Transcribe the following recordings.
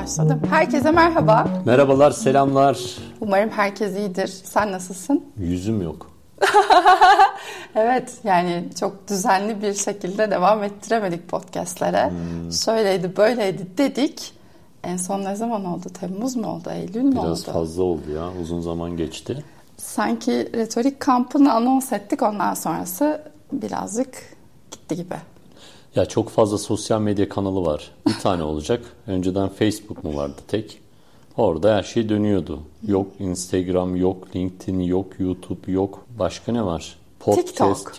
Başladım. Herkese merhaba. Merhabalar, selamlar. Umarım herkes iyidir. Sen nasılsın? Yüzüm yok. Evet, yani çok düzenli bir şekilde devam ettiremedik podcastlere. Şöyleydi, böyleydi dedik. En son ne zaman oldu? Temmuz mu oldu? Eylül mü oldu? Biraz fazla oldu ya. Uzun zaman geçti. Sanki retorik kampını anons ettik. Ondan sonrası birazcık gitti gibi. Ya çok fazla sosyal medya kanalı var. Bir tane olacak. Önceden Facebook mu vardı tek? Orada her şey dönüyordu. Yok Instagram, yok LinkedIn, yok YouTube, yok. Başka ne var? Podcast,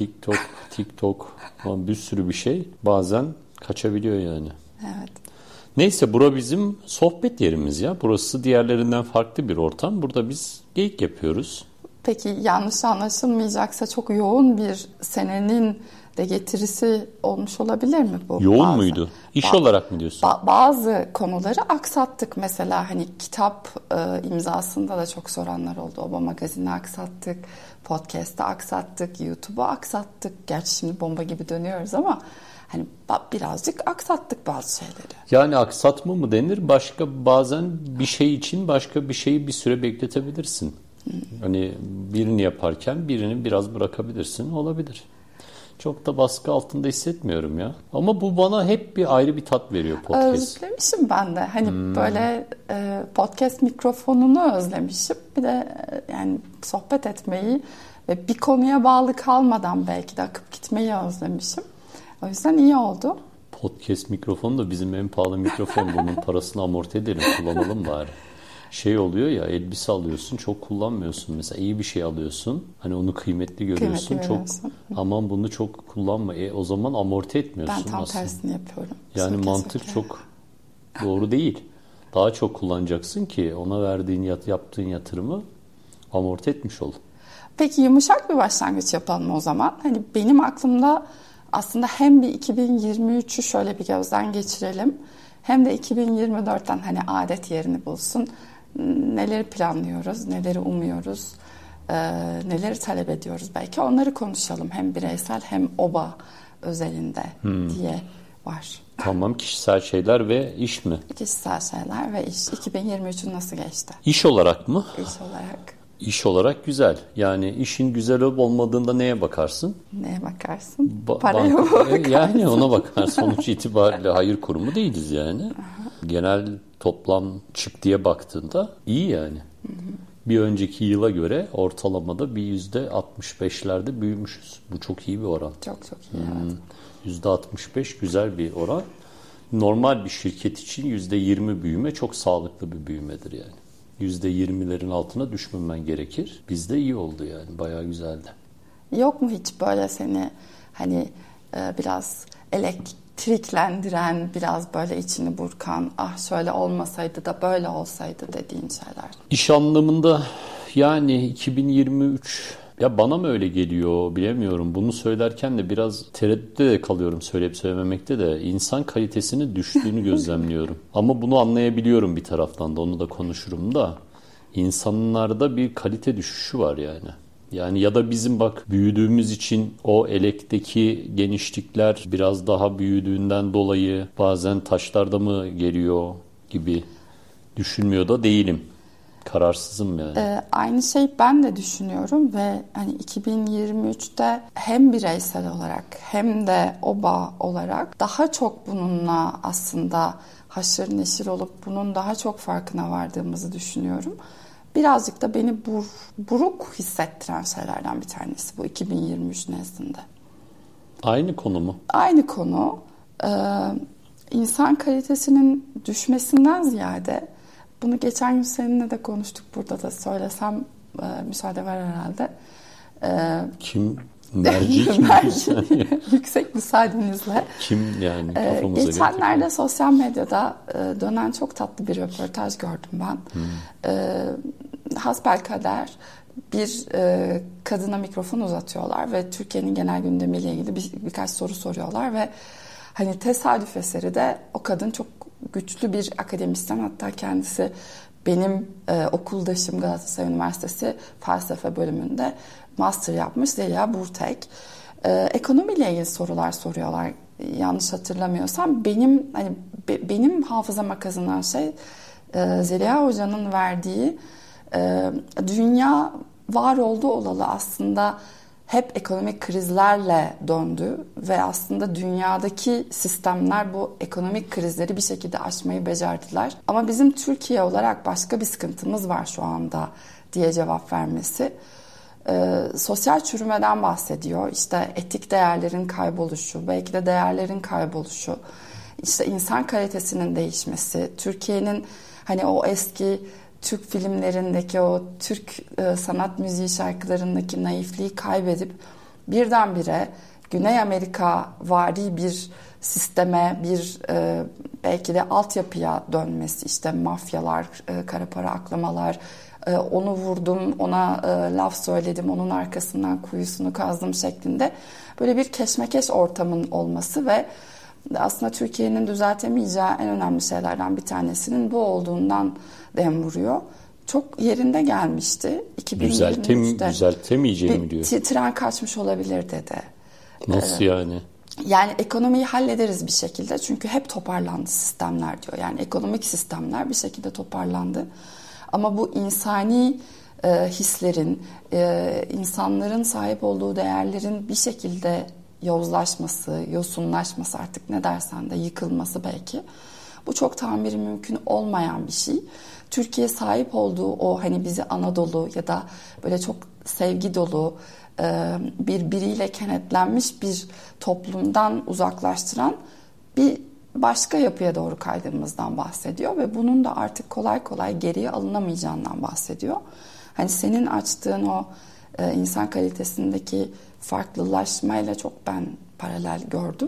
TikTok. Bir sürü bir şey. Bazen kaçabiliyor yani. Evet. Neyse bura bizim sohbet yerimiz ya. Burası diğerlerinden farklı bir ortam. Burada biz geyik yapıyoruz. Peki yanlış anlaşılmayacaksa çok yoğun bir senenin de getirisi olmuş olabilir mi bu? Yoğun muydu? İş olarak mı diyorsun? Bazı konuları aksattık. Mesela hani kitap imzasında da çok soranlar oldu. Oba Magazin'i aksattık, podcast'ı aksattık, YouTube'u aksattık. Gerçi şimdi bomba gibi dönüyoruz ama hani birazcık aksattık bazı şeyleri. Yani aksatma mı denir? Bazen bir şey için başka bir şeyi bir süre bekletebilirsin. Hani birini yaparken birini biraz bırakabilirsin. Olabilir. Çok da baskı altında hissetmiyorum ya. Ama bu bana hep bir ayrı bir tat veriyor podcast. Özlemişim ben de. Hani böyle podcast mikrofonunu özlemişim. Bir de yani sohbet etmeyi ve bir konuya bağlı kalmadan belki de akıp gitmeyi özlemişim. O yüzden iyi oldu. Podcast mikrofonu da bizim en pahalı mikrofon. Bunun parasını amorti edelim, kullanalım bari. Şey oluyor ya, elbise alıyorsun, çok kullanmıyorsun. Mesela iyi bir şey alıyorsun, hani onu kıymetli görüyorsun. Aman bunu çok kullanma. O zaman amorti etmiyorsun. Ben tam aslında tersini yapıyorum. Yani mantık çok doğru değil. Daha çok kullanacaksın ki ona verdiğin yaptığın yatırımı amorti etmiş ol. Peki yumuşak bir başlangıç yapalım o zaman. Hani benim aklımda aslında hem bir 2023'ü şöyle bir gözden geçirelim. Hem de 2024'ten hani adet yerini bulsun. Neleri planlıyoruz, neleri umuyoruz, neleri talep ediyoruz. Belki onları konuşalım. Hem bireysel hem oba özelinde diye var. Tamam, kişisel şeyler ve iş mi? Kişisel şeyler ve iş. 2023'ün nasıl geçti? İş olarak mı? İş olarak. İş olarak güzel. Yani işin güzel olup olmadığında neye bakarsın? Neye bakarsın? Paraya mı bakarsın? Yani ona bakarsın. Sonuç itibariyle hayır kurumu değiliz yani. Aha. Genel toplam çıktıya baktığında iyi yani. Hı hı. Bir önceki yıla göre ortalamada bir %65'lerde büyümüşüz. Bu çok iyi bir oran. Çok iyi. Evet. %65 güzel bir oran. Normal bir şirket için %20 büyüme çok sağlıklı bir büyümedir yani. %20'lerin altına düşmemen gerekir. Bizde iyi oldu yani. Bayağı güzeldi. Yok mu hiç böyle seni hani biraz elektriklendiren, biraz böyle içini burkan, şöyle olmasaydı da böyle olsaydı dediğin şeyler? İş anlamında yani 2023 ya bana mı öyle geliyor bilemiyorum. Bunu söylerken de biraz tereddütte de kalıyorum söyleyip söylememekte de. İnsan kalitesinin düştüğünü gözlemliyorum. Ama bunu anlayabiliyorum bir taraftan da, onu da konuşurum da. İnsanlarda bir kalite düşüşü var yani. Yani ya da bizim bak büyüdüğümüz için o elekteki genişlikler biraz daha büyüdüğünden dolayı bazen taşlarda mı geliyor gibi düşünmüyor da değilim. Kararsızım yani. Aynı şey ben de düşünüyorum ve hani 2023'te hem bireysel olarak hem de oba olarak daha çok bununla aslında haşır neşir olup bunun daha çok farkına vardığımızı düşünüyorum. Birazcık da beni buruk hissettiren şeylerden bir tanesi bu 2023 nezdinde. Aynı konu mu? Aynı konu. İnsan kalitesinin düşmesinden ziyade, bunu geçen gün seninle de konuştuk, burada da söylesem müsaade var herhalde. Kim? Merci. Yüksek müsaadenizle. Kim yani kafamıza geçenlerde sosyal medyada dönen çok tatlı bir röportaj gördüm ben. Hasbelkader bir kadına mikrofon uzatıyorlar ve Türkiye'nin genel gündemiyle ilgili birkaç soru soruyorlar ve hani tesadüf eseri de o kadın çok güçlü bir akademisyen, hatta kendisi benim okuldaşım Galatasaray Üniversitesi felsefe bölümünde master yapmış, Zeliha Burtek. Ekonomiyle ilgili sorular soruyorlar. Yanlış hatırlamıyorsam benim hafızama kazınan şey Zeliha Hoca'nın verdiği dünya var olduğu olalı aslında hep ekonomik krizlerle döndü ve aslında dünyadaki sistemler bu ekonomik krizleri bir şekilde aşmayı becerdiler. Ama bizim Türkiye olarak başka bir sıkıntımız var şu anda diye cevap vermesi. Sosyal çürümeden bahsediyor. İşte etik değerlerin kayboluşu, belki de değerlerin kayboluşu, işte insan kalitesinin değişmesi, Türkiye'nin hani o eski Türk filmlerindeki o Türk sanat müziği şarkılarındaki naifliği kaybedip birdenbire Güney Amerika vari bir sisteme, bir belki de altyapıya dönmesi, işte mafyalar, kara para aklamalar, onu vurdum, ona laf söyledim, onun arkasından kuyusunu kazdım şeklinde böyle bir keşmekeş ortamın olması ve aslında Türkiye'nin düzeltemeyeceği en önemli şeylerden bir tanesinin bu olduğundan dem vuruyor. Çok yerinde gelmişti. 2023'te düzeltemeyeceği mi diyor? Tren kaçmış olabilir dedi. Nasıl yani? Yani ekonomiyi hallederiz bir şekilde. Çünkü hep toparlandı sistemler diyor. Yani ekonomik sistemler bir şekilde toparlandı. Ama bu insani hislerin, insanların sahip olduğu değerlerin bir şekilde yozlaşması, yosunlaşması, artık ne dersen de yıkılması belki. Bu çok tamiri mümkün olmayan bir şey. Türkiye sahip olduğu o hani bizi Anadolu ya da böyle çok sevgi dolu, birbiriyle kenetlenmiş bir toplumdan uzaklaştıran bir başka yapıya doğru kaydığımızdan bahsediyor ve bunun da artık kolay kolay geriye alınamayacağından bahsediyor. Hani senin açtığın o insan kalitesindeki farklılaşmayla çok ben paralel gördüm.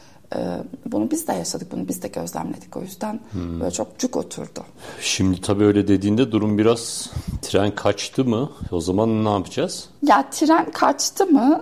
Bunu biz de yaşadık, bunu biz de gözlemledik. O yüzden böyle çok cuk oturdu. Şimdi tabii öyle dediğinde durum biraz tren kaçtı mı? O zaman ne yapacağız? Ya tren kaçtı mı?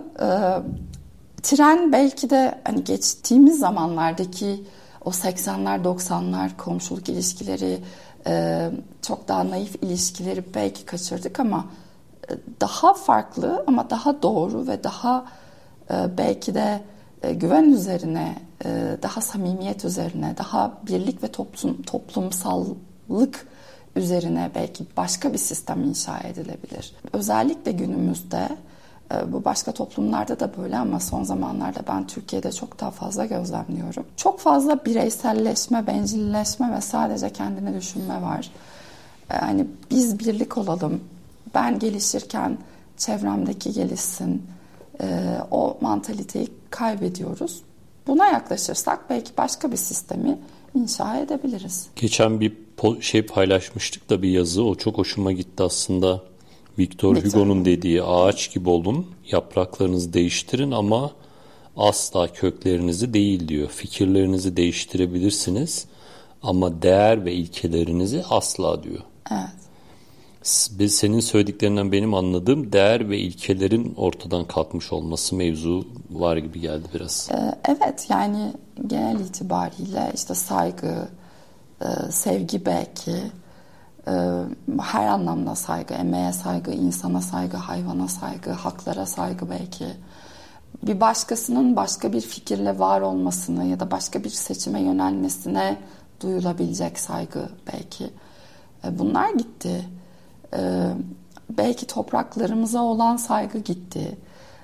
Tren belki de hani geçtiğimiz zamanlardaki o 80'ler 90'lar komşuluk ilişkileri, çok daha naif ilişkileri belki kaçırdık ama daha farklı ama daha doğru ve daha belki de güven üzerine, daha samimiyet üzerine, daha birlik ve toplumsallık üzerine belki başka bir sistem inşa edilebilir. Özellikle günümüzde bu başka toplumlarda da böyle ama son zamanlarda ben Türkiye'de çok daha fazla gözlemliyorum. Çok fazla bireyselleşme, bencilleşme ve sadece kendini düşünme var. Hani biz birlik olalım, ben gelişirken çevremdeki gelişsin, o mantaliteyi kaybediyoruz. Buna yaklaşırsak belki başka bir sistemi inşa edebiliriz. Geçen bir paylaşmıştık da bir yazı, o çok hoşuma gitti aslında. Victor Hugo'nun dediği ağaç gibi olun, yapraklarınızı değiştirin ama asla köklerinizi değil diyor. Fikirlerinizi değiştirebilirsiniz ama değer ve ilkelerinizi asla diyor. Evet. Senin söylediklerinden benim anladığım değer ve ilkelerin ortadan kalkmış olması mevzu var gibi geldi biraz. Evet, yani genel itibariyle işte saygı, sevgi belki, her anlamda saygı, emeğe saygı, insana saygı, hayvana saygı, haklara saygı belki. Bir başkasının başka bir fikirle var olmasını ya da başka bir seçime yönelmesine duyulabilecek saygı belki. Bunlar gitti. Belki topraklarımıza olan saygı gitti.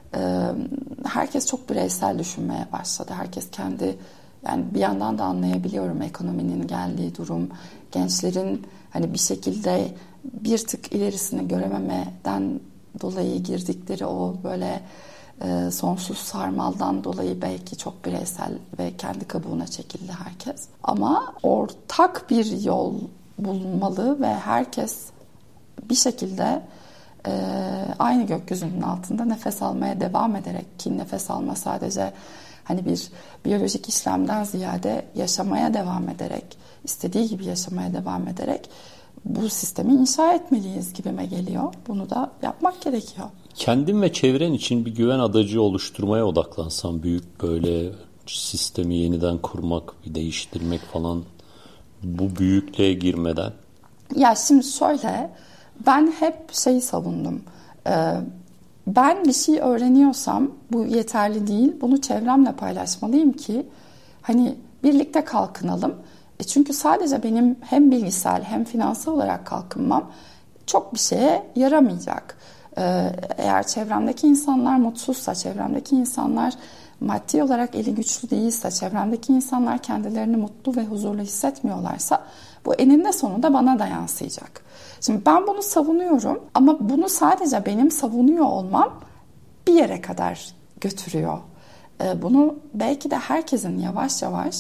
Herkes çok bireysel düşünmeye başladı. Herkes kendi, yani bir yandan da anlayabiliyorum ekonominin geldiği durum. Gençlerin hani bir şekilde bir tık ilerisini görememeden dolayı girdikleri o böyle sonsuz sarmaldan dolayı belki çok bireysel ve kendi kabuğuna çekildi herkes. Ama ortak bir yol bulunmalı ve herkes bir şekilde aynı gökyüzünün altında nefes almaya devam ederek, ki nefes alma sadece hani bir biyolojik işlemden ziyade yaşamaya devam ederek, istediği gibi yaşamaya devam ederek bu sistemi inşa etmeliyiz gibime geliyor. Bunu da yapmak gerekiyor. Kendin ve çevren için bir güven adacı oluşturmaya odaklansan, büyük böyle sistemi yeniden kurmak, bir değiştirmek falan, bu büyüklüğe girmeden. Ya şimdi şöyle, ben hep şeyi savundum. ben bir şey öğreniyorsam bu yeterli değil. Bunu çevremle paylaşmalıyım ki hani birlikte kalkınalım. Çünkü sadece benim hem bilgisayar hem finansal olarak kalkınmam çok bir şeye yaramayacak. Eğer çevremdeki insanlar mutsuzsa, çevremdeki insanlar maddi olarak eli güçlü değilse, çevremdeki insanlar kendilerini mutlu ve huzurlu hissetmiyorlarsa bu eninde sonunda bana da yansıyacak. Şimdi ben bunu savunuyorum ama bunu sadece benim savunuyor olmam bir yere kadar götürüyor. Bunu belki de herkesin yavaş yavaş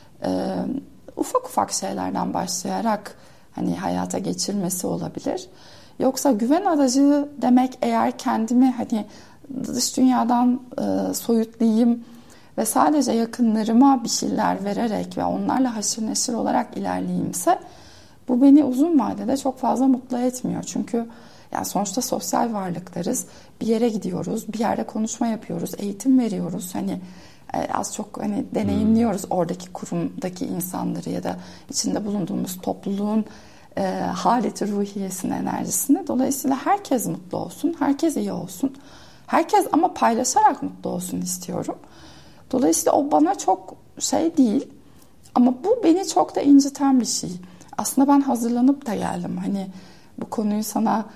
ufak ufak şeylerden başlayarak hani hayata geçirmesi olabilir. Yoksa güven aracı demek eğer kendimi hani dış dünyadan soyutlayayım ve sadece yakınlarıma bir şeyler vererek ve onlarla haşır neşir olarak ilerleyeyimse bu beni uzun vadede çok fazla mutlu etmiyor. Çünkü yani sonuçta sosyal varlıklarız. Bir yere gidiyoruz, bir yerde konuşma yapıyoruz, eğitim veriyoruz. Hani az çok hani deneyimliyoruz oradaki kurumdaki insanları ya da içinde bulunduğumuz topluluğun haleti ruhiyesini, enerjisini. Dolayısıyla herkes mutlu olsun, herkes iyi olsun. Herkes ama paylaşarak mutlu olsun istiyorum. Dolayısıyla o bana çok şey değil. Ama bu beni çok da inciten bir şey. Aslında ben hazırlanıp da geldim. Hani bu konuyu sana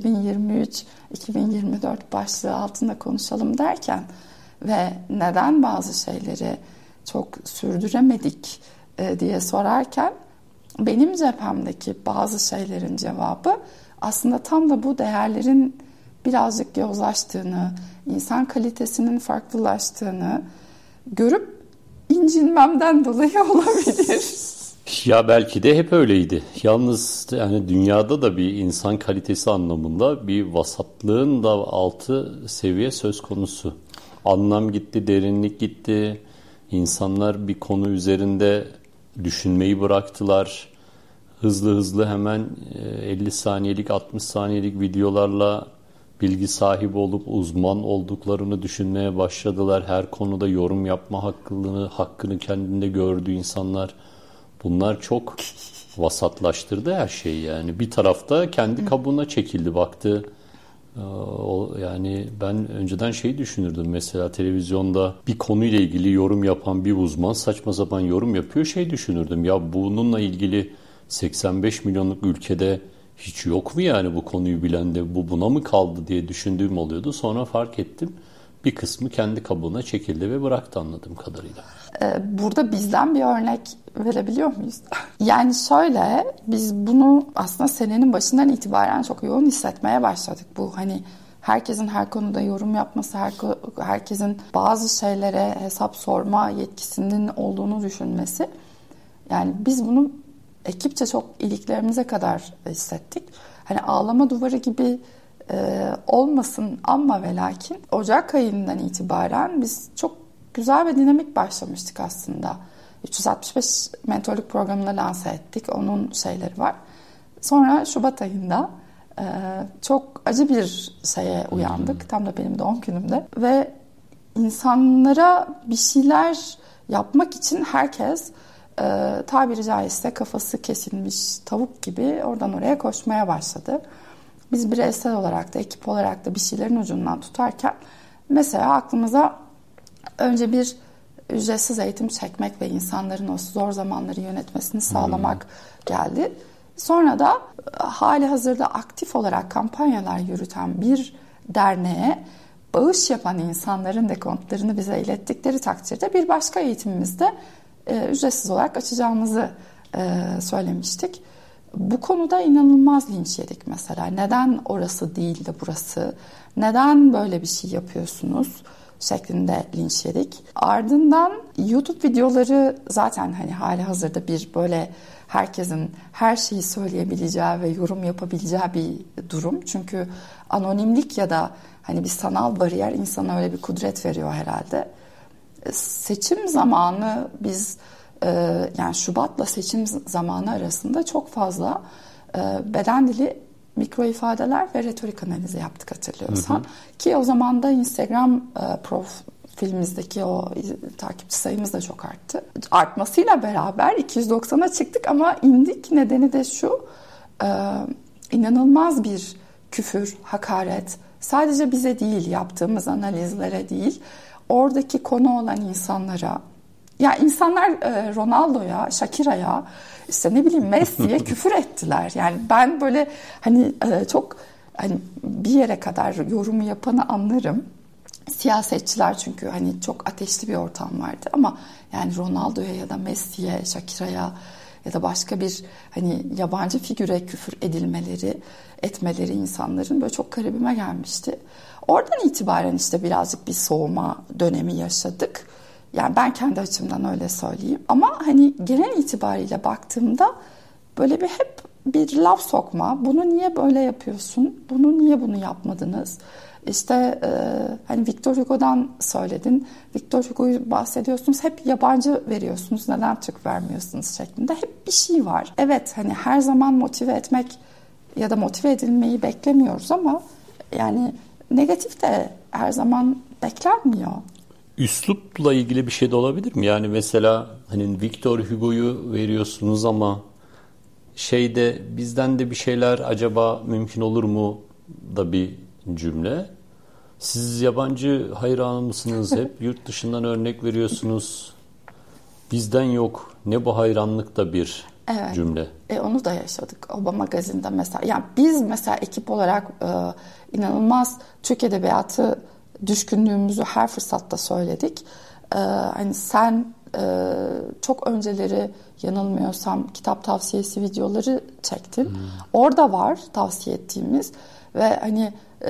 2023-2024 başlığı altında konuşalım derken ve neden bazı şeyleri çok sürdüremedik diye sorarken benim cephemdeki bazı şeylerin cevabı aslında tam da bu değerlerin birazcık yozlaştığını, insan kalitesinin farklılaştığını görüp incinmemden dolayı olabilir. Ya belki de hep öyleydi. Yalnız yani dünyada da bir insan kalitesi anlamında bir vasatlığın da altı seviye söz konusu. Anlam gitti, derinlik gitti. İnsanlar bir konu üzerinde düşünmeyi bıraktılar. Hızlı hızlı hemen 50 saniyelik, 60 saniyelik videolarla bilgi sahibi olup uzman olduklarını düşünmeye başladılar. Her konuda yorum yapma hakkını kendinde gördü insanlar. Bunlar çok vasatlaştırdı her şeyi yani. Bir tarafta kendi kabuğuna çekildi, baktı. Yani ben önceden şeyi düşünürdüm, mesela televizyonda bir konuyla ilgili yorum yapan bir uzman saçma sapan yorum yapıyor, şey düşünürdüm ya, bununla ilgili 85 milyonluk ülkede hiç yok mu yani bu konuyu bilen de, bu buna mı kaldı diye düşündüğüm oluyordu. Sonra fark ettim, bir kısmı kendi kabuğuna çekildi ve bıraktı anladığım kadarıyla. Burada bizden bir örnek verebiliyor muyuz? Yani şöyle, biz bunu aslında senenin başından itibaren çok yoğun hissetmeye başladık. Bu hani herkesin her konuda yorum yapması, herkesin bazı şeylere hesap sorma yetkisinin olduğunu düşünmesi. Yani biz bunu ekipçe çok iliklerimize kadar hissettik. Hani ağlama duvarı gibi olmasın ama ve lakin Ocak ayından itibaren biz çok güzel ve dinamik başlamıştık aslında. 365 mentorluk programını lanse ettik. Onun şeyleri var. Sonra Şubat ayında çok acı bir şeye uyandık. Tam da benim doğum günümde. Ve insanlara bir şeyler yapmak için herkes tabiri caizse kafası kesilmiş tavuk gibi oradan oraya koşmaya başladı. Biz bireysel olarak da ekip olarak da bir şeylerin ucundan tutarken mesela aklımıza önce bir ücretsiz eğitim çekmek ve insanların o zor zamanları yönetmesini sağlamak geldi. Sonra da hali hazırda aktif olarak kampanyalar yürüten bir derneğe bağış yapan insanların dekontlarını bize ilettikleri takdirde bir başka eğitimimizde ücretsiz olarak açacağımızı söylemiştik. Bu konuda inanılmaz linç yedik mesela. Neden orası değil de burası? Neden böyle bir şey yapıyorsunuz? Şeklinde linç yedik. Ardından YouTube videoları zaten hani hali hazırda bir böyle herkesin her şeyi söyleyebileceği ve yorum yapabileceği bir durum. Çünkü anonimlik ya da hani bir sanal bariyer insana öyle bir kudret veriyor herhalde. Seçim zamanı biz yani Şubat'la seçim zamanı arasında çok fazla beden dili, mikro ifadeler ve retorik analizi yaptık hatırlıyorsan. Ki o zaman da Instagram profilimizdeki o takipçi sayımız da çok arttı. Artmasıyla beraber 290'a çıktık ama indik. Nedeni de şu, inanılmaz bir küfür, hakaret, sadece bize değil, yaptığımız analizlere değil, oradaki konu olan insanlara, ya insanlar Ronaldo'ya, Shakira'ya, işte ne bileyim Messi'ye küfür ettiler. Yani ben böyle hani çok hani bir yere kadar yorumu yapanı anlarım. Siyasetçiler çünkü hani çok ateşli bir ortam vardı ama yani Ronaldo'ya ya da Messi'ye, Shakira'ya ya da başka bir hani yabancı figüre küfür etmeleri insanların böyle çok garibime gelmişti. Oradan itibaren işte birazcık bir soğuma dönemi yaşadık. Yani ben kendi açımdan öyle söyleyeyim. Ama hani genel itibariyle baktığımda böyle hep bir laf sokma. Bunu niye böyle yapıyorsun? Bunu yapmadınız? İşte hani Victor Hugo'dan söyledin. Victor Hugo'yu bahsediyorsunuz. Hep yabancı veriyorsunuz. Neden Türk vermiyorsunuz şeklinde. Hep bir şey var. Evet hani her zaman motive etmek ya da motive edilmeyi beklemiyoruz ama yani negatif de her zaman beklenmiyor. Üslupla ilgili bir şey de olabilir mi? Yani mesela hani Victor Hugo'yu veriyorsunuz ama bizden de bir şeyler acaba mümkün olur mu da bir cümle. Siz yabancı hayranı mısınız? Hep yurt dışından örnek veriyorsunuz. Bizden yok. Ne bu hayranlık da bir cümle. Onu da yaşadık. Obama Magazine'de mesela. Yani biz mesela ekip olarak inanılmaz Türk edebiyatı düşkünlüğümüzü her fırsatta söyledik. Hani sen çok önceleri yanılmıyorsam kitap tavsiyesi videoları çektin. Orada var tavsiye ettiğimiz ve hani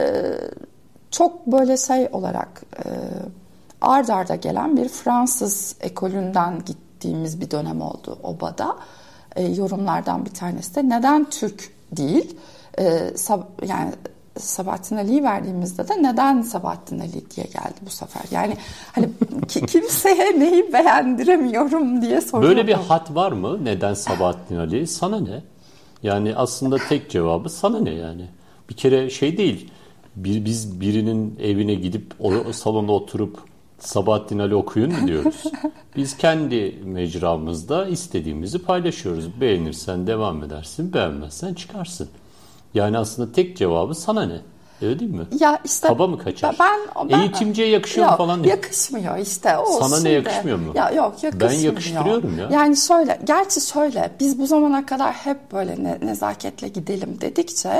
çok böyle olarak ard arda gelen bir Fransız ekolünden gittiğimiz bir dönem oldu OBA'da. Yorumlardan bir tanesi de neden Türk değil? Yani Sabahattin Ali'yi verdiğimizde de neden Sabahattin Ali diye geldi bu sefer. Yani hani kimseye neyi beğendiremiyorum diye soruyorum. Böyle bir hat var mı? Neden Sabahattin Ali? Sana ne? Yani aslında tek cevabı sana ne yani? Bir kere değil. Biz birinin evine gidip o salonda oturup Sabahattin Ali okuyun mu diyoruz? Biz kendi mecramızda istediğimizi paylaşıyoruz. Beğenirsen devam edersin, beğenmezsen çıkarsın. Yani aslında tek cevabı sana ne? Öyle değil mi? Ya işte kaba mı kaçar? Ben eğitimciye yakışıyor mu falan diye. Yakışmıyor işte. O sana ne yakışmıyor mu? Ya yok yakışmıyor. Ben yakıştırıyorum ya. Yani gerçi biz bu zamana kadar hep böyle nezaketle gidelim dedikçe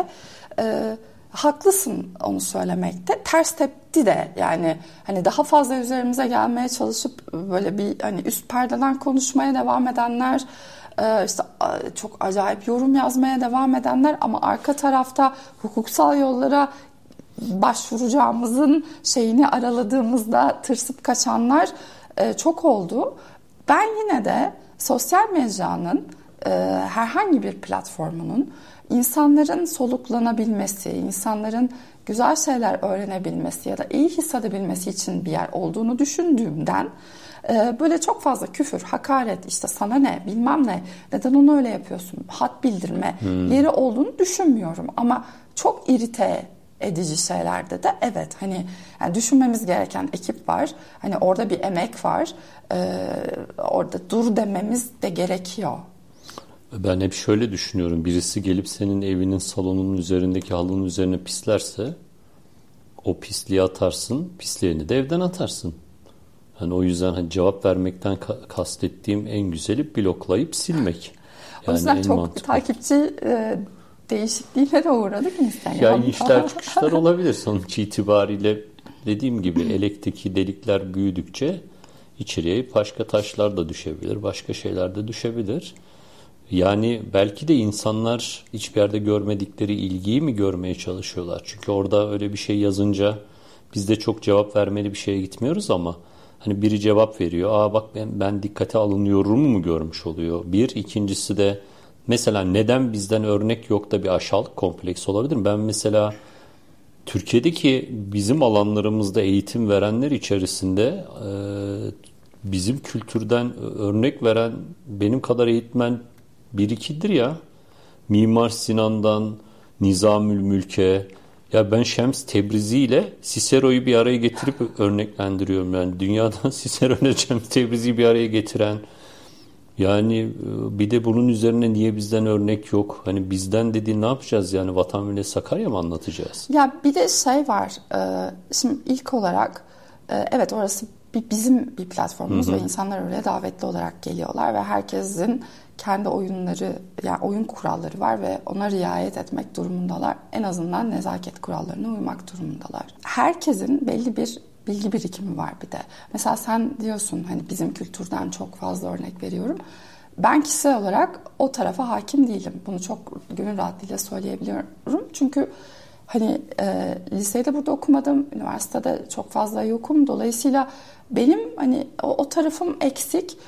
haklısın onu söylemekte. Ters tepti de yani hani daha fazla üzerimize gelmeye çalışıp böyle bir hani üst perdeden konuşmaya devam edenler, işte çok acayip yorum yazmaya devam edenler ama arka tarafta hukuksal yollara başvuracağımızın araladığımızda tırsıp kaçanlar çok oldu. Ben yine de sosyal mecranın herhangi bir platformunun insanların soluklanabilmesi, insanların güzel şeyler öğrenebilmesi ya da iyi hissedebilmesi için bir yer olduğunu düşündüğümden böyle çok fazla küfür, hakaret, işte sana ne, bilmem ne, neden onu öyle yapıyorsun, had bildirme yeri olduğunu düşünmüyorum. Ama çok irite edici şeylerde de evet hani yani düşünmemiz gereken ekip var. Hani orada bir emek var. Orada dur dememiz de gerekiyor. Ben hep şöyle düşünüyorum. Birisi gelip senin evinin salonunun üzerindeki halının üzerine pislerse o pisliği atarsın, pislerini de evden atarsın. Yani o yüzden hani cevap vermekten kastettiğim en güzeli bloklayıp silmek. Yani o yüzden çok mantıklı. Takipçi değişikliğine de uğradık mı sen? Ya inişler çıkışlar olabilir. Sonuç itibariyle dediğim gibi elekteki delikler büyüdükçe içeriye başka taşlar da düşebilir, başka şeyler de düşebilir. Yani belki de insanlar hiçbir yerde görmedikleri ilgiyi mi görmeye çalışıyorlar? Çünkü orada öyle bir şey yazınca biz de çok cevap vermeli bir şeye gitmiyoruz ama hani biri cevap veriyor. Bak ben dikkate alınıyorum mu görmüş oluyor. İkincisi de mesela neden bizden örnek yok da bir aşağılık kompleksi olabilir mi? Ben mesela Türkiye'deki bizim alanlarımızda eğitim verenler içerisinde bizim kültürden örnek veren benim kadar eğitmen 1-2'dir ya. Mimar Sinan'dan Nizamül Mülk'e, ya ben Şems Tebrizi ile Cicero'yu bir araya getirip örneklendiriyorum. Yani dünyada Cicero ile Şems Tebrizi'yi bir araya getiren Yani bir de bunun üzerine niye bizden örnek yok? Hani bizden dediğin ne yapacağız yani? Vatan Millet Sakarya mı anlatacağız? Ya bir de şey var. Şimdi ilk olarak evet orası bizim bir platformumuz ve insanlar oraya davetli olarak geliyorlar ve herkesin kendi oyunları, yani oyun kuralları var ve ona riayet etmek durumundalar. En azından nezaket kurallarına uymak durumundalar. Herkesin belli bir bilgi birikimi var bir de. Mesela sen diyorsun hani bizim kültürden çok fazla örnek veriyorum. Ben kişisel olarak o tarafa hakim değilim. Bunu çok gönül rahatlığıyla söyleyebiliyorum. Çünkü hani liseyi de burada okumadım, üniversitede çok fazla yokum. Dolayısıyla benim hani o tarafım eksik.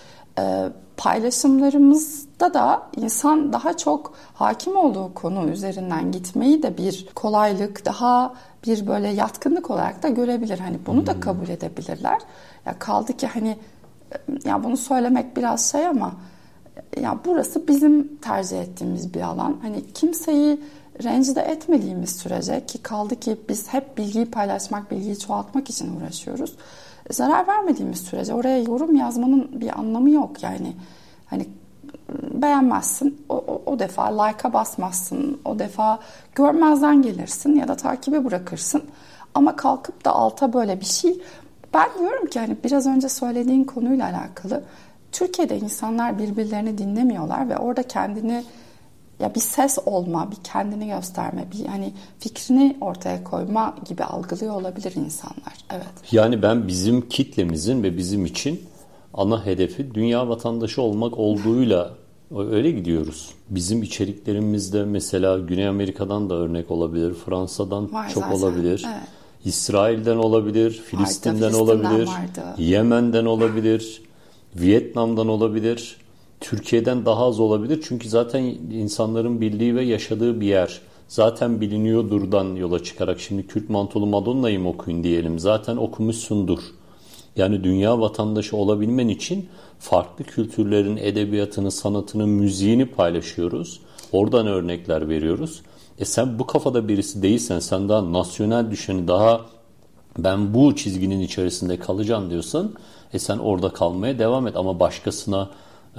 Paylaşımlarımızda da insan daha çok hakim olduğu konu üzerinden gitmeyi de bir kolaylık, daha bir böyle yatkınlık olarak da görebilir. Hani bunu da kabul edebilirler. Ya kaldı ki hani ya bunu söylemek biraz şey ama ya burası bizim tercih ettiğimiz bir alan. Hani kimseyi rencide etmediğimiz sürece, ki kaldı ki biz hep bilgiyi paylaşmak, bilgiyi çoğaltmak için uğraşıyoruz. Zarar vermediğimiz sürece oraya yorum yazmanın bir anlamı yok yani. Hani beğenmezsin, o defa like'a basmazsın, o defa görmezden gelirsin ya da takibe bırakırsın. Ama kalkıp da alta böyle bir şey, ben diyorum ki hani biraz önce söylediğin konuyla alakalı, Türkiye'de insanlar birbirlerini dinlemiyorlar ve orada kendini, ya bir ses olma, bir kendini gösterme, bir hani fikrini ortaya koyma gibi algılıyor olabilir insanlar. Evet. Yani ben bizim kitlemizin ve bizim için ana hedefi dünya vatandaşı olmak olduğuyla öyle gidiyoruz. Bizim içeriklerimizde mesela Güney Amerika'dan da örnek olabilir, Fransa'dan Var çok zaten. olabilir. Evet. İsrail'den olabilir, Filistin'den olabilir, vardı. Yemen'den olabilir, Vietnam'dan olabilir, Türkiye'den daha az olabilir. Çünkü zaten insanların bildiği ve yaşadığı bir yer. Zaten biliniyordurdan yola çıkarak şimdi Kürt Mantolu Madonna'yı mı okuyun diyelim. Zaten okumuşsundur. Yani dünya vatandaşı olabilmen için farklı kültürlerin edebiyatını, sanatını, müziğini paylaşıyoruz. Oradan örnekler veriyoruz. Sen bu kafada birisi değilsen, sen daha nasyonel düşeni, daha ben bu çizginin içerisinde kalacağım diyorsan sen orada kalmaya devam et. Ama başkasına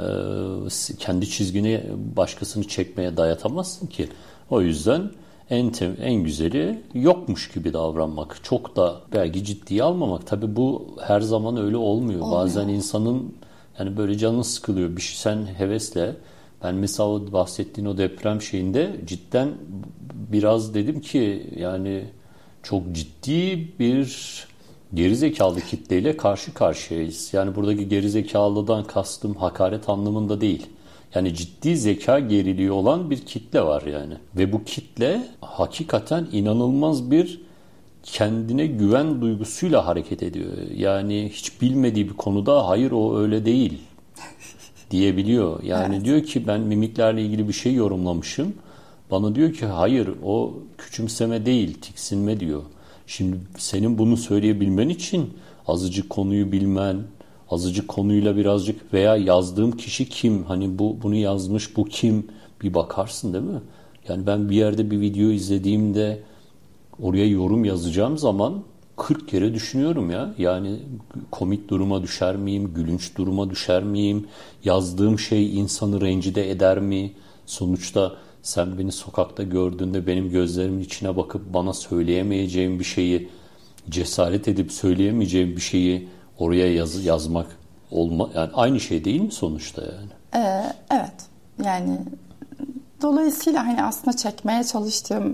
kendi çizgini başkasını çekmeye dayatamazsın ki. O yüzden en güzeli yokmuş gibi davranmak. Çok da belki ciddiye almamak. Tabii bu her zaman öyle olmuyor. Bazen insanın yani böyle canın sıkılıyor. Bir şey sen hevesle. Ben mesela o bahsettiğin o deprem şeyinde cidden biraz dedim ki yani çok ciddi bir gerizekalı kitleyle karşı karşıyayız. Yani buradaki gerizekalıdan kastım hakaret anlamında değil. Yani ciddi zeka geriliği olan bir kitle var yani. Ve bu kitle hakikaten inanılmaz bir kendine güven duygusuyla hareket ediyor. Yani hiç bilmediği bir konuda hayır o öyle değil diyebiliyor. Yani evet. Diyor ki ben mimiklerle ilgili bir şey yorumlamışım. Bana diyor ki hayır o küçümseme değil, tiksinme diyor. Şimdi senin bunu söyleyebilmen için azıcık konuyu bilmen, azıcık konuyla birazcık veya yazdığım kişi kim? Hani bunu yazmış bu kim? Bir bakarsın değil mi? Yani ben bir yerde bir video izlediğimde oraya yorum yazacağım zaman 40 kere düşünüyorum ya. Yani komik duruma düşer miyim? Gülünç duruma düşer miyim? Yazdığım şey insanı rencide eder mi? Sonuçta sen beni sokakta gördüğünde benim gözlerimin içine bakıp bana söyleyemeyeceğim bir şeyi, cesaret edip söyleyemeyeceğim bir şeyi oraya yazmak yani aynı şey değil mi sonuçta yani? Evet. Yani dolayısıyla hani aslında çekmeye çalıştığım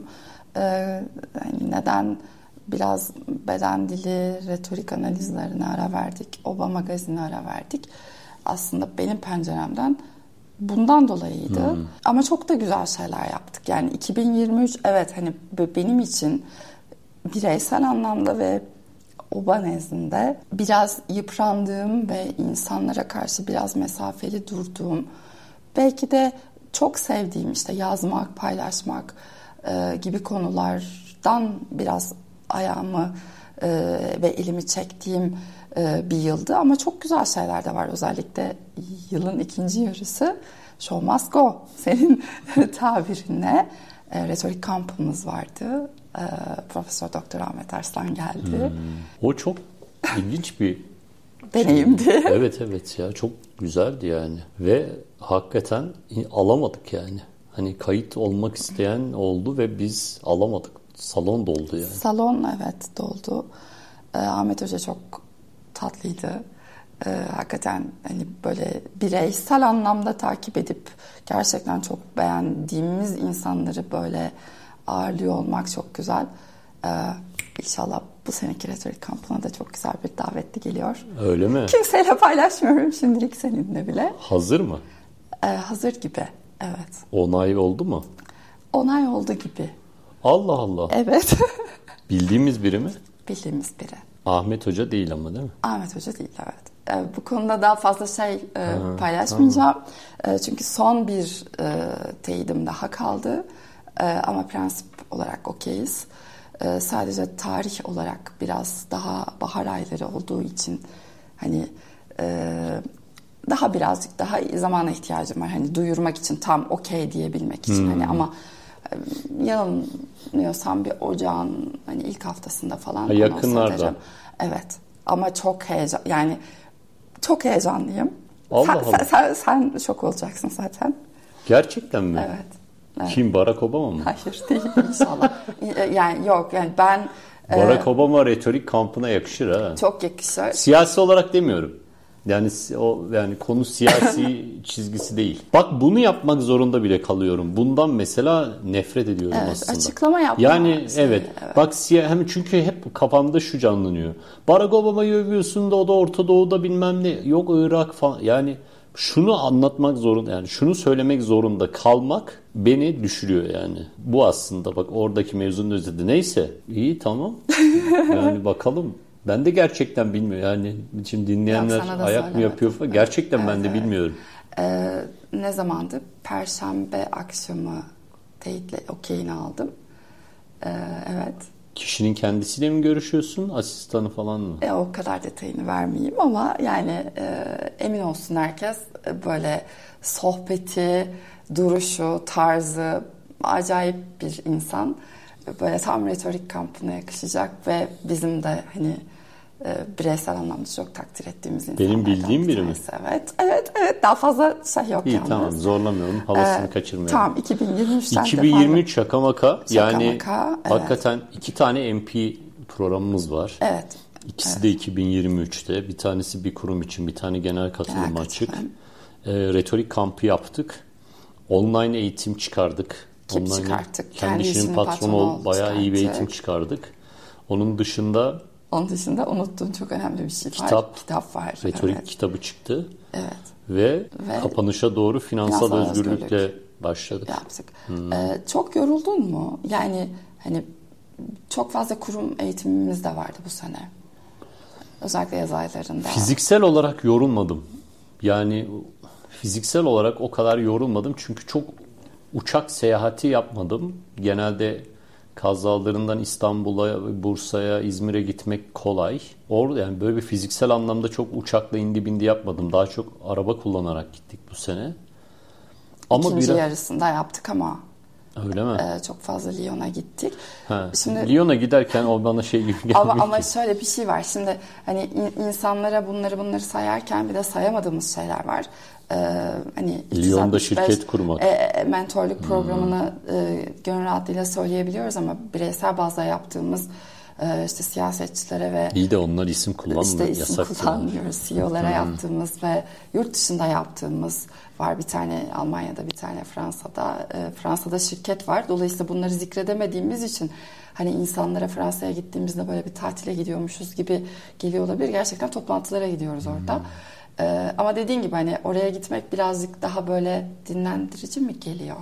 hani neden biraz beden dili, retorik analizlerine ara verdik, Oba Magazin'e ara verdik. Aslında benim penceremden bundan dolayıydı. Ama çok da güzel şeyler yaptık. Yani 2023 evet hani benim için bireysel anlamda ve Oba nezdinde biraz yıprandığım ve insanlara karşı biraz mesafeli durduğum, belki de çok sevdiğim işte yazmak, paylaşmak gibi konulardan biraz ayağımı ve elimi çektiğim bir yıldı. Ama çok güzel şeyler de var. Özellikle yılın ikinci yarısı Show Must Go. Senin tabirinle retorik kampımız vardı. Profesör Doktor Ahmet Arslan geldi. O çok ilginç bir deneyimdi. Evet ya, çok güzeldi yani. Ve hakikaten alamadık yani. Hani kayıt olmak isteyen oldu ve biz alamadık. Salon doldu yani. Salon evet doldu. Ahmet Hoca çok tatlıydı. Hakikaten hani böyle bireysel anlamda takip edip gerçekten çok beğendiğimiz insanları böyle ağırlıyor olmak çok güzel. İnşallah bu seneki retorik kampına da çok güzel bir davetli geliyor. Öyle mi? Kimseyle paylaşmıyorum şimdilik, seninle bile. Hazır mı? Hazır gibi, evet. Onay oldu mu? Onay oldu gibi. Allah Allah. Evet. Bildiğimiz biri mi? Bildiğimiz biri. Ahmet Hoca değil ama, değil mi? Ahmet Hoca değil, evet. Bu konuda daha fazla paylaşmayacağım. Çünkü son bir teyidim daha kaldı. Ama prensip olarak okeyiz. Sadece tarih olarak biraz daha bahar ayları olduğu için hani birazcık daha zamana ihtiyacım var. Hani duyurmak için, tam okey diyebilmek için. Hani ama yanılmıyorsam bir ocağın hani ilk haftasında falan. Yakınlarda. Evet. Ama çok heyecanlıyım. Allah Allah. Sen şok olacaksın zaten. Gerçekten mi? Evet. Kim, Barack Obama mı? Hayır değil inşallah. Yok ben... Barack Obama retorik kampına yakışır ha. Çok yakışır. Siyasi olarak demiyorum. Yani konu siyasi çizgisi değil. Bak, bunu yapmak zorunda bile kalıyorum. Bundan mesela nefret ediyorum aslında. Açıklama yapma. Yani evet. Bak çünkü hep kafamda şu canlanıyor. Barack Obama'yı övüyorsun da o da Orta Doğu'da bilmem ne. Yok Irak falan. Yani şunu anlatmak zorunda, yani şunu söylemek zorunda kalmak beni düşürüyor yani. Bu aslında bak oradaki mevzunun özeti. Neyse, iyi, tamam. Yani bakalım. Ben de gerçekten bilmiyorum. Yani şimdi dinleyenler ayak mı yapıyor falan. Gerçekten evet, ben de bilmiyorum. Ne zamandı? Perşembe akşamı teyitle okeyini aldım. Evet. Kişinin kendisiyle mi görüşüyorsun? Asistanı falan mı? O kadar detayını vermeyeyim ama yani emin olsun herkes, böyle sohbeti, duruşu, tarzı acayip bir insan. Böyle tam retorik kampına yakışacak ve bizim de hani bireysel anlamda çok takdir ettiğimiz insanlardan. Benim bildiğim biri mi? Evet. Daha fazla şey yok. İyi, tamam, zorlamayalım. Havasını kaçırmayalım. Tamam, 2023'ten 2023 şaka maka. Yani evet. Hakikaten 2 tane MP programımız var. Evet. İkisi de 2023'te. Bir tanesi bir kurum için, bir tane genel katılım açık. Retorik kampı yaptık. Online eğitim çıkardık. Çıkarttık. Kendi işinin patronu ol. Bayağı iyi bir eğitim çıkardık. Onun dışında unuttuğum çok önemli bir şey var. Kitap var. Retorik kitabı çıktı. Evet. Ve kapanışa doğru finansal özgürlükle başladık. Yaptık. Çok yoruldun mu? Yani hani çok fazla kurum eğitimimiz de vardı bu sene. Özellikle yaz aylarında. Fiziksel olarak yorulmadım. Yani fiziksel olarak o kadar yorulmadım. Çünkü çok uçak seyahati yapmadım. Genelde Kaz Dağları'ndan İstanbul'a, Bursa'ya, İzmir'e gitmek kolay. Orada yani böyle bir fiziksel anlamda çok uçakla indi bindi yapmadım. Daha çok araba kullanarak gittik bu sene. Ama İkinci yarısında yaptık ama. Öyle mi? Çok fazla Lyon'a gittik. Şimdi Lyon'a giderken o bana şey gibi gelmiyor. Ama şöyle bir şey var. Şimdi hani insanlara bunları sayarken bir de sayamadığımız şeyler var. Hani Lyon'da şirket kurmak. Mentorluk programını gönül rahatlığıyla söyleyebiliyoruz ama bireysel bazda yaptığımız işte siyasetçilere ve iyi de onlar isim kullanmıyor. İşte isim kullanmıyoruz. CEO'lara yaptığımız ve yurt dışında yaptığımız var. Bir tane Almanya'da, bir tane Fransa'da. Fransa'da şirket var. Dolayısıyla bunları zikredemediğimiz için hani insanlara Fransa'ya gittiğimizde böyle bir tatile gidiyormuşuz gibi geliyor olabilir. Gerçekten toplantılara gidiyoruz orada. Ama dediğin gibi hani oraya gitmek birazcık daha böyle dinlendirici mi geliyor?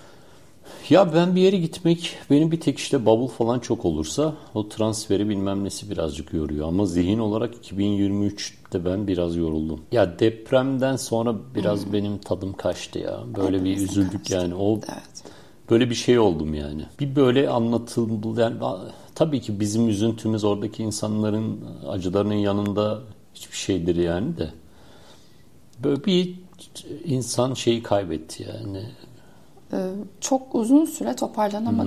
Ya ben bir yere gitmek, benim bir tek işte bavul falan çok olursa o transferi bilmem nesi birazcık yoruyor. Ama zihin olarak 2023'te ben biraz yoruldum. Ya depremden sonra biraz benim tadım kaçtı ya. Böyle bir üzüldük yani. Böyle bir şey oldum yani. Bir böyle anlatıldı. Yani, tabii ki bizim üzüntümüz oradaki insanların acılarının yanında hiçbir şeydir yani de. Böyle bir insan şeyi kaybetti yani. Çok uzun süre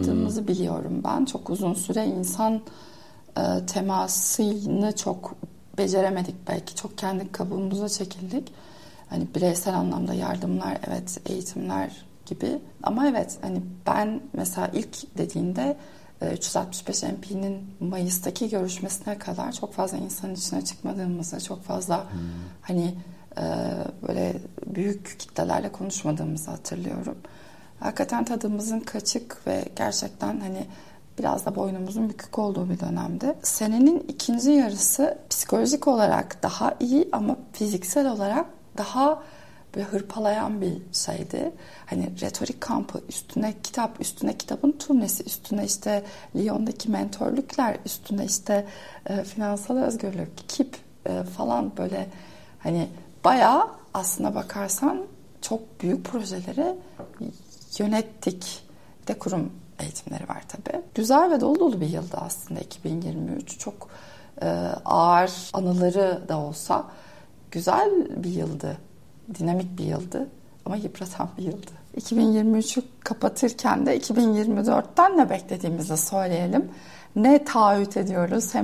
toparlanamadığımızı biliyorum ben. Çok uzun süre insan temasını çok beceremedik belki. Çok kendi kabuğumuza çekildik. Hani bireysel anlamda yardımlar, evet, eğitimler gibi. Ama evet, hani ben mesela ilk dediğinde 365 MP'nin Mayıs'taki görüşmesine kadar çok fazla insanın içine çıkmadığımızı, çok fazla hani böyle büyük kitlelerle konuşmadığımızı hatırlıyorum. Hakikaten tadımızın kaçık ve gerçekten hani biraz da boynumuzun bükük olduğu bir dönemde. Senenin ikinci yarısı psikolojik olarak daha iyi ama fiziksel olarak daha böyle hırpalayan bir şeydi. Hani retorik kampı, üstüne kitap, üstüne kitabın turnesi, üstüne işte Lyon'daki mentörlükler, üstüne işte finansal özgürlük, KİP falan, böyle hani bayağı aslına bakarsan çok büyük projeleri yönettik. Bir de kurum eğitimleri var tabii. Güzel ve dolu dolu bir yıldı aslında 2023. Çok ağır anıları da olsa güzel bir yıldı. Dinamik bir yıldı ama yıpratan bir yıldı. 2023'ü kapatırken de 2024'ten ne beklediğimizi söyleyelim. Ne taahhüt ediyoruz,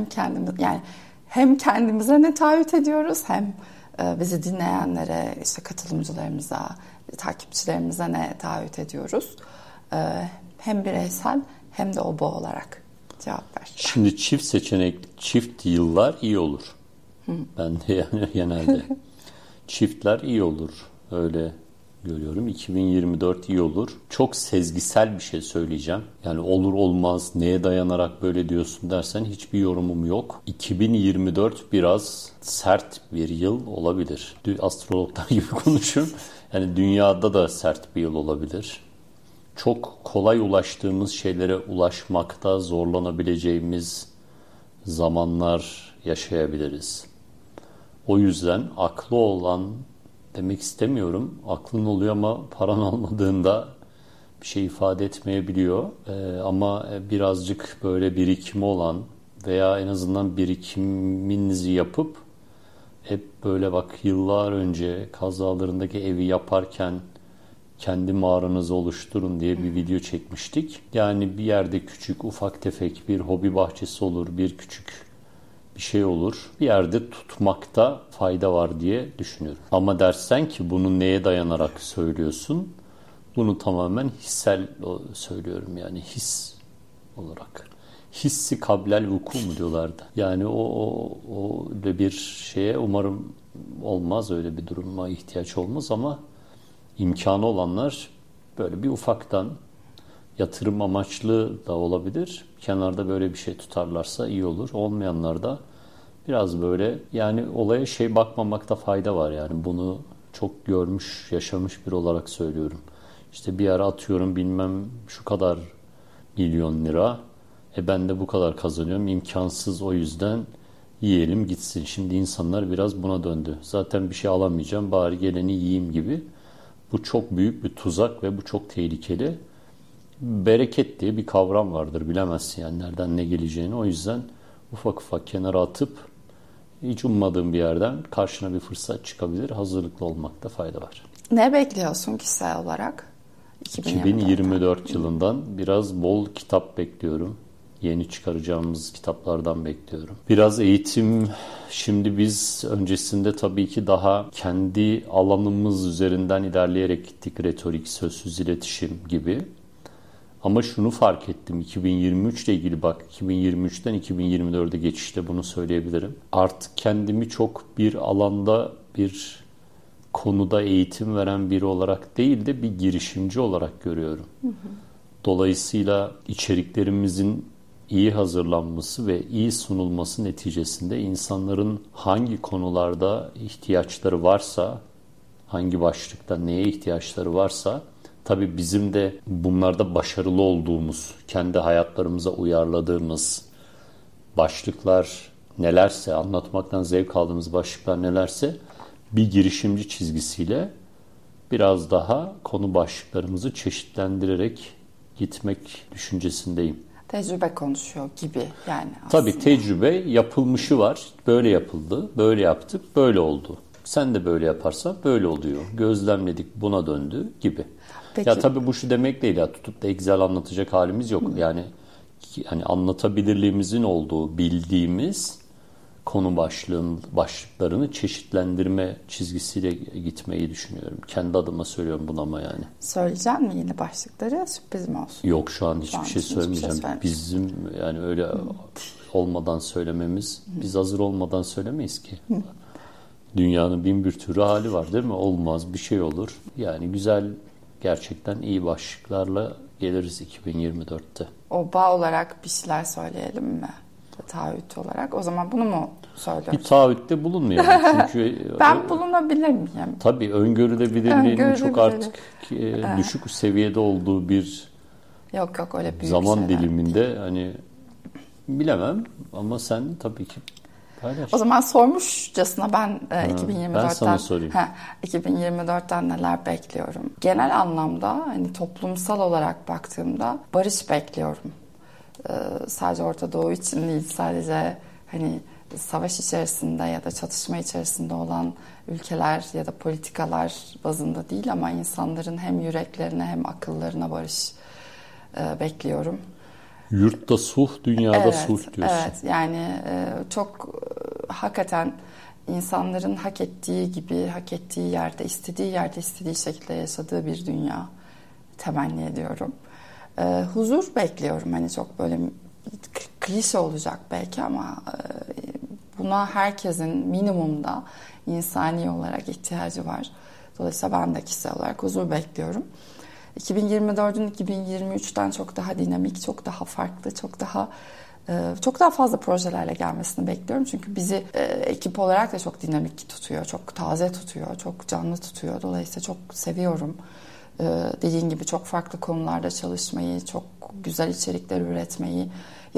hem kendimize ne taahhüt ediyoruz, hem bizi dinleyenlere, işte katılımcılarımıza, takipçilerimize ne taahhüt ediyoruz. Hem bireysel hem de obo olarak cevap ver. Şimdi çift seçenek, çift yıllar iyi olur. Ben de yani genelde çiftler iyi olur. Öyle görüyorum. 2024 iyi olur. Çok sezgisel bir şey söyleyeceğim. Yani olur olmaz, neye dayanarak böyle diyorsun dersen hiçbir yorumum yok. 2024 biraz sert bir yıl olabilir. Astrologlar gibi konuşuyorum. Yani dünyada da sert bir yıl olabilir. Çok kolay ulaştığımız şeylere ulaşmakta zorlanabileceğimiz zamanlar yaşayabiliriz. O yüzden aklı olan demek istemiyorum. Aklın oluyor ama paran olmadığında bir şey ifade etmeyebiliyor. Ama birazcık böyle birikimi olan veya en azından birikiminizi yapıp hep böyle bak yıllar önce Kaz Dağları'ndaki evi yaparken kendi mağaranızı oluşturun diye bir video çekmiştik. Yani bir yerde küçük, ufak tefek bir hobi bahçesi olur, bir küçük bir şey olur. Bir yerde tutmakta fayda var diye düşünüyorum. Ama dersen ki bunu neye dayanarak söylüyorsun? Bunu tamamen hissel söylüyorum, yani his olarak. Hissi kablel vuku mu diyorlardı. Yani o öyle bir şeye umarım olmaz, öyle bir duruma ihtiyaç olmaz ama imkanı olanlar böyle bir ufaktan yatırım amaçlı da olabilir. Kenarda böyle bir şey tutarlarsa iyi olur. Olmayanlar da biraz böyle, yani olaya bakmamakta fayda var. Yani bunu çok görmüş, yaşamış biri olarak söylüyorum. İşte bir ara atıyorum bilmem şu kadar milyon lira. Ben de bu kadar kazanıyorum. İmkansız, o yüzden yiyelim gitsin. Şimdi insanlar biraz buna döndü. Zaten bir şey alamayacağım, bari geleni yiyeyim gibi. Bu çok büyük bir tuzak ve bu çok tehlikeli. Bereket diye bir kavram vardır, bilemezsin yani nereden ne geleceğini. O yüzden ufak ufak kenara atıp hiç ummadığın bir yerden karşına bir fırsat çıkabilir. Hazırlıklı olmakta fayda var. Ne bekliyorsun kişisel olarak? 2024 yılından biraz bol kitap bekliyorum. Yeni çıkaracağımız kitaplardan bekliyorum. Biraz eğitim, şimdi biz öncesinde tabii ki daha kendi alanımız üzerinden ilerleyerek gittik. Retorik, sözsüz iletişim gibi. Ama şunu fark ettim 2023 ile ilgili, bak 2023'ten 2024'e geçişte bunu söyleyebilirim. Artık kendimi çok bir alanda, bir konuda eğitim veren biri olarak değil de bir girişimci olarak görüyorum. Dolayısıyla içeriklerimizin iyi hazırlanması ve iyi sunulması neticesinde insanların hangi konularda ihtiyaçları varsa, hangi başlıkta neye ihtiyaçları varsa, tabii bizim de bunlarda başarılı olduğumuz, kendi hayatlarımıza uyarladığımız başlıklar nelerse, anlatmaktan zevk aldığımız başlıklar nelerse, bir girişimci çizgisiyle biraz daha konu başlıklarımızı çeşitlendirerek gitmek düşüncesindeyim. Tecrübe konuşuyor gibi yani aslında. Tabii tecrübe yapılmışı var. Böyle yapıldı, böyle yaptık, böyle oldu. Sen de böyle yaparsan böyle oluyor. Gözlemledik, buna döndü gibi. Peki. Ya tabii bu şu demek değil ya, tutup da Excel anlatacak halimiz yok. Yani anlatabilirliğimizin olduğu, bildiğimiz konu başlıklarını çeşitlendirme çizgisiyle gitmeyi düşünüyorum. Kendi adıma söylüyorum bunu ama yani. Söyleyeceksin mi yeni başlıkları? Sürpriz mi olsun? Yok, şu an hiçbir şey söylemeyeceğim. Bizim yani öyle olmadan söylememiz, biz hazır olmadan söylemeyiz ki. Dünyanın bin bir türlü hali var değil mi? Olmaz, bir şey olur. Yani güzel, gerçekten iyi başlıklarla geliriz 2024'te. Oba olarak bir şeyler söyleyelim mi? Taahhüt olarak. O zaman bunu mu söylüyorsun? Bir taahhütte bulunmayalım. Çünkü ben bulunabilir miyim? Tabii öngörülebilirliğinin çok artık düşük seviyede olduğu bir yok öyle büyük zaman diliminde hani bilemem ama sen tabii ki paylaş. O zaman sormuşçasına ben 2024'ten ben sana sorayım. 2024'ten neler bekliyorum? Genel anlamda hani toplumsal olarak baktığımda barış bekliyorum. Sadece Orta Doğu için değil, sadece hani savaş içerisinde ya da çatışma içerisinde olan ülkeler ya da politikalar bazında değil ama insanların hem yüreklerine hem akıllarına barış bekliyorum. Yurtta sulh, dünyada sulh diyorsun. Evet, yani çok hakikaten insanların hak ettiği gibi, hak ettiği yerde, istediği şekilde yaşadığı bir dünya temenni ediyorum. Huzur bekliyorum. Hani çok böyle klişe olacak belki ama buna herkesin minimumda insani olarak ihtiyacı var. Dolayısıyla ben de kişisel olarak huzur bekliyorum. 2024'ün 2023'ten çok daha dinamik, çok daha farklı, çok daha fazla projelerle gelmesini bekliyorum. Çünkü bizi ekip olarak da çok dinamik tutuyor, çok taze tutuyor, çok canlı tutuyor. Dolayısıyla çok seviyorum. Dediğin gibi çok farklı konularda çalışmayı, çok güzel içerikler üretmeyi,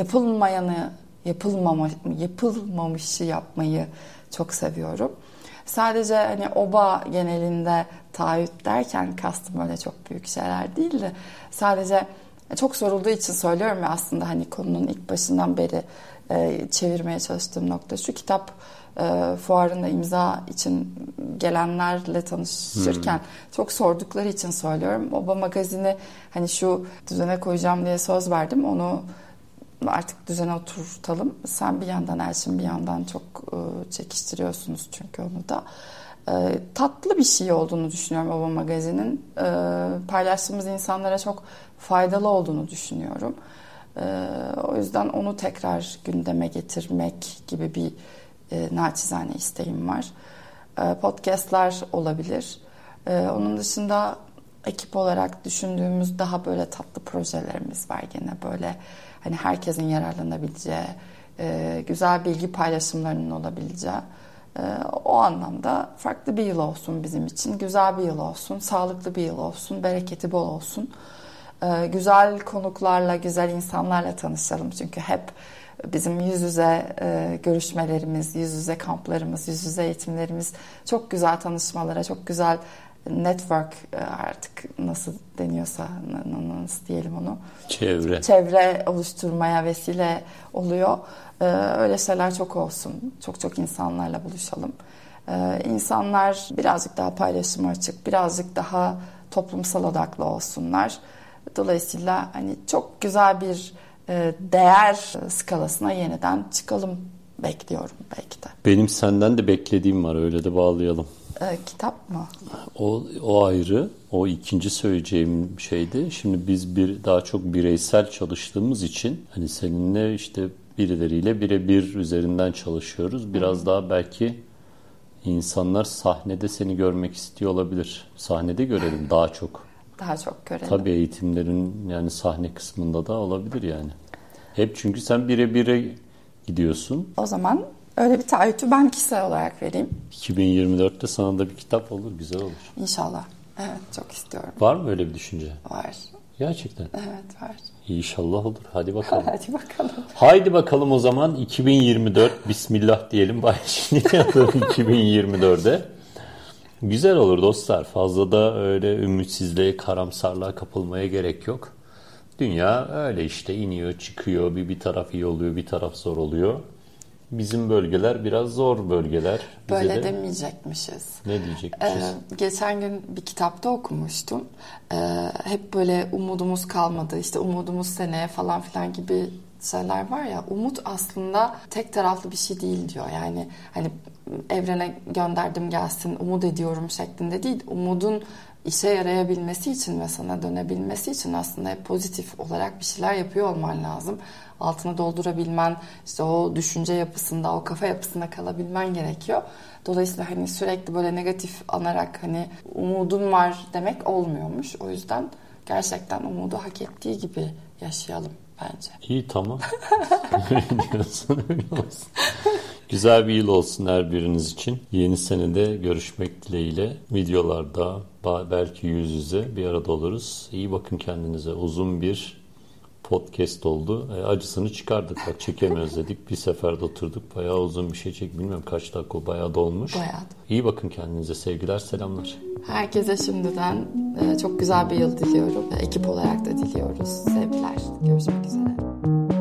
yapılmamışı yapmayı çok seviyorum. Sadece hani oba genelinde taahhüt derken kastım öyle çok büyük şeyler değil de sadece çok sorulduğu için söylüyorum ya, aslında hani konunun ilk başından beri çevirmeye çalıştığım nokta şu: kitap fuarında imza için gelenlerle tanışırken çok sordukları için söylüyorum. Oba magazini hani şu düzene koyacağım diye söz verdim. Onu artık düzene oturtalım. Sen bir yandan, Elçin bir yandan çok çekiştiriyorsunuz çünkü onu da. Tatlı bir şey olduğunu düşünüyorum Oba magazinin. Paylaştığımız insanlara çok faydalı olduğunu düşünüyorum. O yüzden onu tekrar gündeme getirmek gibi bir naçizane isteğim var. Podcastlar olabilir. Onun dışında ekip olarak düşündüğümüz daha böyle tatlı projelerimiz var gene, böyle hani herkesin yararlanabileceği, güzel bilgi paylaşımlarının olabileceği. O anlamda farklı bir yıl olsun bizim için, güzel bir yıl olsun, sağlıklı bir yıl olsun, bereketi bol olsun. Güzel konuklarla, güzel insanlarla tanışalım. Çünkü hep bizim yüz yüze görüşmelerimiz, yüz yüze kamplarımız, yüz yüze eğitimlerimiz çok güzel tanışmalara, çok güzel network, artık nasıl deniyorsa, nasıl diyelim onu, çevre oluşturmaya vesile oluyor. Öyle şeyler çok olsun. Çok insanlarla buluşalım. İnsanlar birazcık daha paylaşıma açık, birazcık daha toplumsal odaklı olsunlar. Dolayısıyla hani çok güzel bir değer skalasına yeniden çıkalım bekliyorum belki de. Benim senden de beklediğim var, öyle de bağlayalım. Kitap mı? O ayrı. O ikinci söyleyeceğim şeydi. Şimdi biz daha çok bireysel çalıştığımız için hani seninle işte birileriyle birebir üzerinden çalışıyoruz. Biraz daha belki insanlar sahnede seni görmek istiyor olabilir. Sahnede görelim daha çok. Daha çok görelim. Tabii eğitimlerin yani sahne kısmında da olabilir yani. Hep çünkü sen birebire gidiyorsun. O zaman öyle bir taahhütü ben kişisel olarak vereyim. 2024'te sana da bir kitap olur, güzel olur. İnşallah. Evet, çok istiyorum. Var mı öyle bir düşünce? Var. Gerçekten? Evet, var. İnşallah olur. Hadi bakalım. Hadi bakalım. Haydi bakalım o zaman 2024. Bismillah diyelim. Başlayalım 2024'e. Güzel olur dostlar. Fazla da öyle ümitsizliğe, karamsarlığa kapılmaya gerek yok. Dünya öyle işte iniyor, çıkıyor. Bir taraf iyi oluyor, bir taraf zor oluyor. Bizim bölgeler biraz zor bölgeler. Böyle demeyecekmişiz. Ne diyecekmişiz? Geçen gün bir kitapta okumuştum. Hep böyle umudumuz kalmadı, işte umudumuz seneye falan filan gibi şeyler var ya, umut aslında tek taraflı bir şey değil diyor. Yani hani evrene gönderdim gelsin, umut ediyorum şeklinde değil. Umudun işe yarayabilmesi için ve sana dönebilmesi için aslında hep pozitif olarak bir şeyler yapıyor olman lazım. Altını doldurabilmen, işte o düşünce yapısında, o kafa yapısında kalabilmen gerekiyor. Dolayısıyla hani sürekli böyle negatif anarak hani umudun var demek olmuyormuş. O yüzden gerçekten umudu hak ettiği gibi yaşayalım bence. İyi, tamam. Öyle diyorsun, öyle olsun. Güzel bir yıl olsun her biriniz için. Yeni senede görüşmek dileğiyle videolarda belki yüz yüze bir arada oluruz. İyi bakın kendinize. Uzun bir podcast oldu. Acısını çıkardık. Bak, çekemiyoruz dedik. Bir seferde oturduk. Bayağı uzun bir şey çek. Bilmiyorum kaç dakika, bayağı dolmuş. Bayağı. İyi bakın kendinize. Sevgiler, selamlar. Herkese şimdiden çok güzel bir yıl diliyorum. Ekip olarak da diliyoruz. Sevgiler. Görüşmek üzere.